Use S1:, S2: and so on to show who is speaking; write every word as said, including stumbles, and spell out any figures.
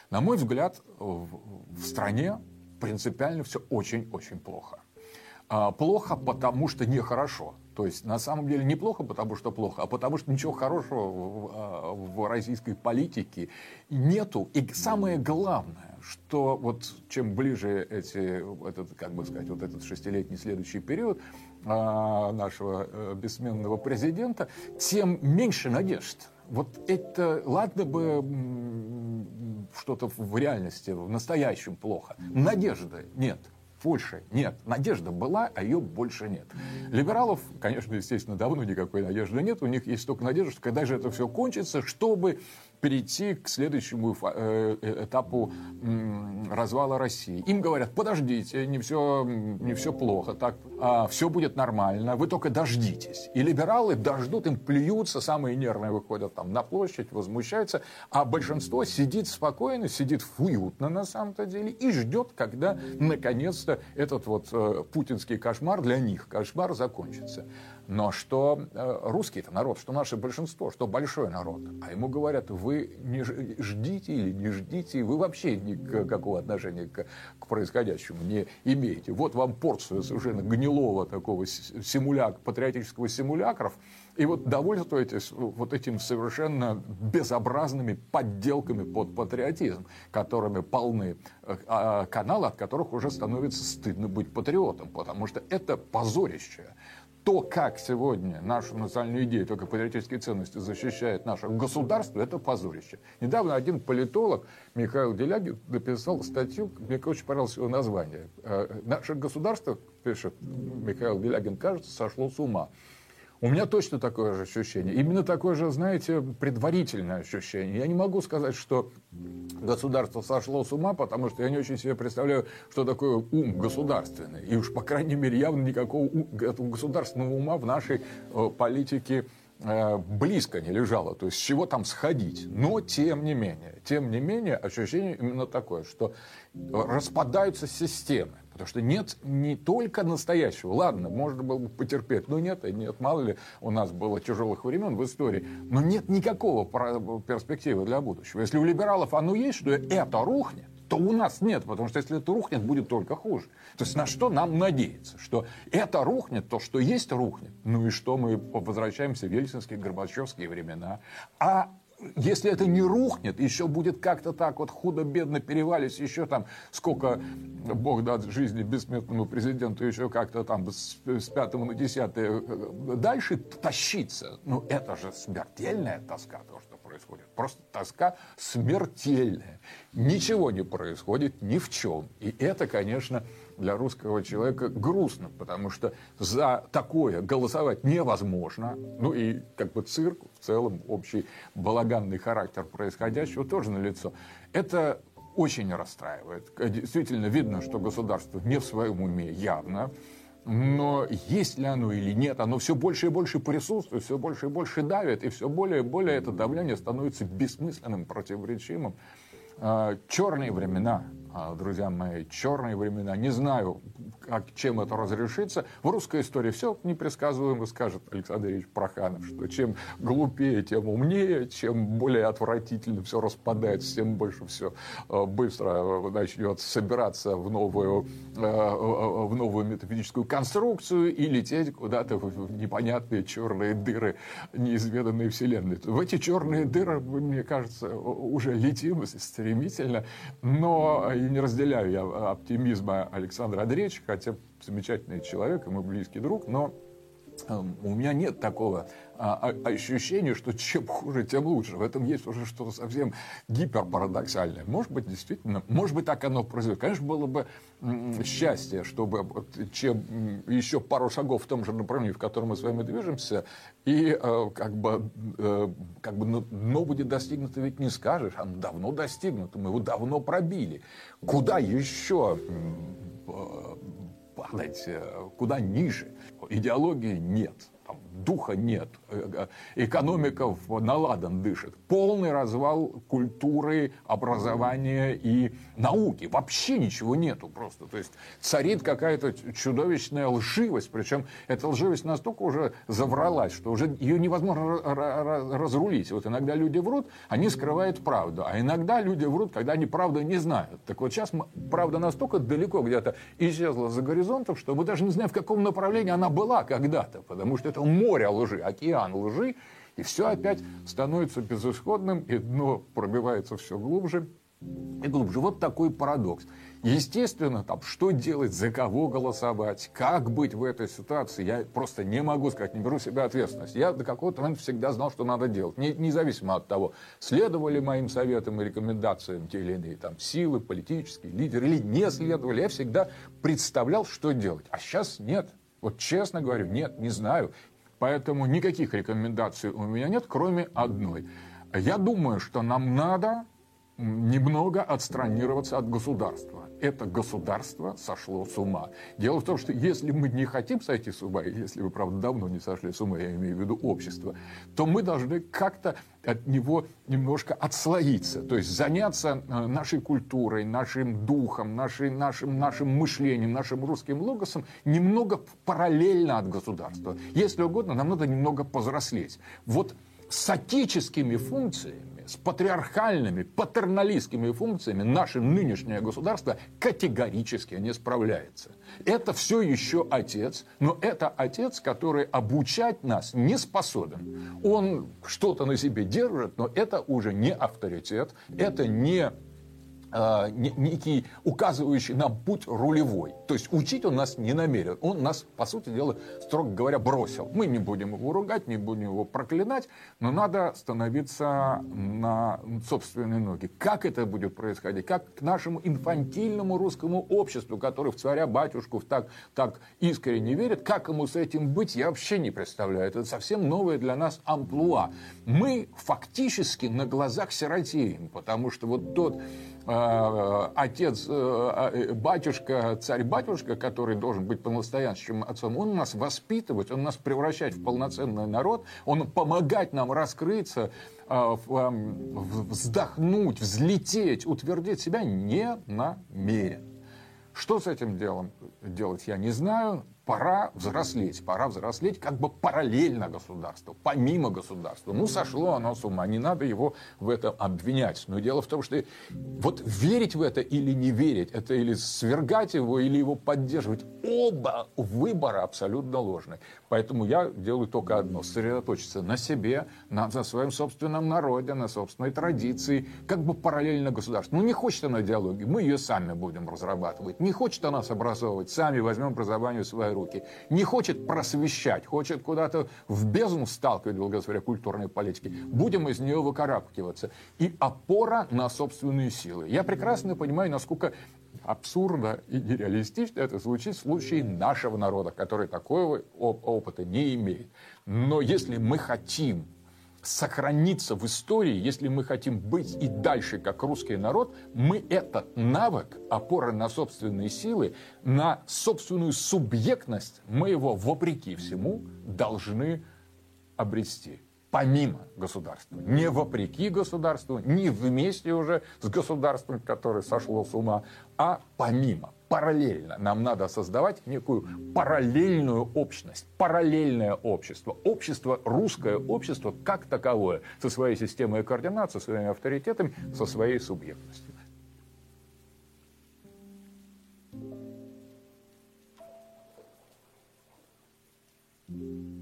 S1: На мой взгляд, в, в стране принципиально все очень-очень плохо. А, плохо, потому что нехорошо. То есть, на самом деле, неплохо, потому что плохо, а потому что ничего хорошего в, в российской политике нету. И самое главное, что вот чем ближе эти, этот, как бы сказать, вот этот шестилетний следующий период а, нашего а, бессменного президента, тем меньше надежд. Вот это, ладно бы что-то в реальности, в настоящем плохо. Надежды нет. Больше нет. Надежда была, а ее больше нет. Либералов, конечно, естественно, давно никакой надежды нет. У них есть только надежда, что когда же это все кончится, чтобы перейти к следующему этапу развала России. Им говорят: подождите, не все, не все плохо, так, а, все будет нормально, вы только дождитесь. И либералы дождут, им плюются, самые нервные выходят там на площадь, возмущаются, а большинство сидит спокойно, сидит уютно на самом-то деле и ждет, когда наконец-то этот вот э, путинский кошмар, для них кошмар, закончится. Но что э, русский-то народ, что наше большинство, что большой народ, а ему говорят: вы не ждите или не ждите, вы вообще никакого отношения к, к происходящему не имеете. Вот вам порцию совершенно гнилого такого симуляк, патриотического симулякров, и вот довольствуетесь вот этим совершенно безобразными подделками под патриотизм, которыми полны э, каналы, от которых уже становится стыдно быть патриотом, потому что это позорище. То, как сегодня нашу национальную идею, только патриотические ценности защищает наше государство, это позорище. Недавно один политолог, Михаил Делягин, написал статью, мне очень понравилось его название. «Наше государство, пишет Михаил Делягин, кажется, сошло с ума». У меня точно такое же ощущение. Именно такое же, знаете, предварительное ощущение. Я не могу сказать, что государство сошло с ума, потому что я не очень себе представляю, что такое ум государственный. И уж, по крайней мере, явно никакого этого государственного ума в нашей э, политике э, близко не лежало. То есть, с чего там сходить. Но, тем не менее, тем не менее, ощущение именно такое, что распадаются системы. Потому что нет не только настоящего. Ладно, можно было бы потерпеть, но нет, и нет, мало ли у нас было тяжелых времен в истории. Но нет никакого перспективы для будущего. Если у либералов оно есть, что это рухнет, то у нас нет, потому что если это рухнет, будет только хуже. То есть на что нам надеяться? Что это рухнет, то, что есть, рухнет. Ну и что, мы возвращаемся в ельцинские, горбачевские времена. А если это не рухнет, еще будет как-то так вот худо-бедно перевалить, еще там сколько, бог даст жизни бессмертному президенту, еще как-то там с, с пятого на десятое дальше тащиться. Ну это же смертельная тоска, то, что происходит. Просто тоска смертельная. Ничего не происходит ни в чем. И это, конечно, для русского человека грустно, потому что за такое голосовать невозможно. Ну и как бы цирк, в целом общий балаганный характер происходящего тоже налицо. Это очень расстраивает. Действительно видно, что государство не в своем уме явно. Но есть ли оно или нет, оно все больше и больше присутствует, все больше и больше давит, и все более и более это давление становится бессмысленным, противоречивым. Черные времена, друзья мои, черные времена. Не знаю, как, чем это разрешится. В русской истории все непредсказуемо, скажет Александр Ильич Проханов, что чем глупее, тем умнее, чем более отвратительно все распадается, тем больше все быстро начнет собираться в новую, в новую метафизическую конструкцию и лететь куда-то в непонятные черные дыры неизведанной вселенной. В эти черные дыры, мне кажется, уже летим стремительно, но и не разделяю я оптимизма Александра Андреевича, хотя замечательный человек и мой близкий друг, но у меня нет такого а, ощущения, что чем хуже, тем лучше. В этом есть уже что-то совсем гиперпарадоксальное. Может быть, действительно, может быть, так оно произойдет. Конечно, было бы м, счастье, чтобы вот, чем м, еще пару шагов в том же направлении, в котором мы с вами движемся, и э, как бы, э, как бы дно будет достигнуто, ведь не скажешь, оно давно достигнуто, мы его давно пробили. Куда еще падать, куда ниже? Идеологии нет. Там духа нет, экономика на ладан дышит, полный развал культуры, образования и науки, вообще ничего нету просто, то есть царит какая-то чудовищная лживость, причем эта лживость настолько уже завралась, что уже ее невозможно разрулить. Вот иногда люди врут, они скрывают правду, а иногда люди врут, когда они правду не знают. Так вот сейчас правда настолько далеко где-то исчезла за горизонтом, что мы даже не знаем, в каком направлении она была когда-то, потому что это море лжи, океан лжи, и все опять становится безысходным, и дно пробивается все глубже и глубже. Вот такой парадокс. Естественно, там, что делать, за кого голосовать, как быть в этой ситуации, я просто не могу сказать, не беру себя ответственность. Я до какого-то момента всегда знал, что надо делать, не, независимо от того, следовали моим советам и рекомендациям те или иные там, силы, политические лидеры, или не следовали, я всегда представлял, что делать. А сейчас нет. Вот честно говорю, нет, не знаю. Поэтому никаких рекомендаций у меня нет, кроме одной. Я думаю, что нам надо немного отстранироваться от государства. Это государство сошло с ума. Дело в том, что если мы не хотим сойти с ума, если вы, правда, давно не сошли с ума, я имею в виду общество, то мы должны как-то от него немножко отслоиться, то есть заняться нашей культурой, нашим духом, нашей, нашим, нашим мышлением, нашим русским логосом немного параллельно от государства. Если угодно, нам надо немного повзрослеть. Вот с отеческими функциями, с патриархальными, патерналистскими функциями наше нынешнее государство категорически не справляется. Это все еще отец, но это отец, который обучать нас не способен. Он что-то на себе держит, но это уже не авторитет, это не некий указывающий нам путь рулевой. То есть учить он нас не намерен. Он нас, по сути дела, строго говоря, бросил. Мы не будем его ругать, не будем его проклинать, но надо становиться на собственные ноги. Как это будет происходить? Как к нашему инфантильному русскому обществу, который в царя-батюшку так, так искренне верит, как ему с этим быть, я вообще не представляю. Это совсем новое для нас амплуа. Мы фактически на глазах сиротеем, потому что вот тот отец, батюшка, царь-батюшка, который должен быть по-настоящему отцом, он нас воспитывать, он нас превращать в полноценный народ, он помогать нам раскрыться, вздохнуть, взлететь, утвердить себя не намерен. Что с этим делом делать, я не знаю. Пора взрослеть, пора взрослеть как бы параллельно государству, помимо государства. Ну, сошло оно с ума, не надо его в этом обвинять. Но дело в том, что вот верить в это или не верить, это или свергать его, или его поддерживать, оба выбора абсолютно ложные. Поэтому я делаю только одно, сосредоточиться на себе, на, на своем собственном народе, на собственной традиции, как бы параллельно государству. Ну, не хочет она диалоги, мы ее сами будем разрабатывать. Не хочет она нас образовывать, сами возьмем образование в свои руки. Не хочет просвещать, хочет куда-то в бездну сталкивать, долго говоря, культурной политики. Будем из нее выкарабкиваться. И опора на собственные силы. Я прекрасно понимаю, насколько абсурдно и нереалистично это звучит в случае нашего народа, который такого опыта не имеет. Но если мы хотим сохраниться в истории, если мы хотим быть и дальше как русский народ, мы этот навык, опора на собственные силы, на собственную субъектность, мы его, вопреки всему, должны обрести. Помимо государства. Не вопреки государству, не вместе уже с государством, которое сошло с ума, а помимо. Параллельно нам надо создавать некую параллельную общность, параллельное общество. Общество, русское общество как таковое, со своей системой координат, со своими авторитетами, со своей субъектностью.
S2: Thank you.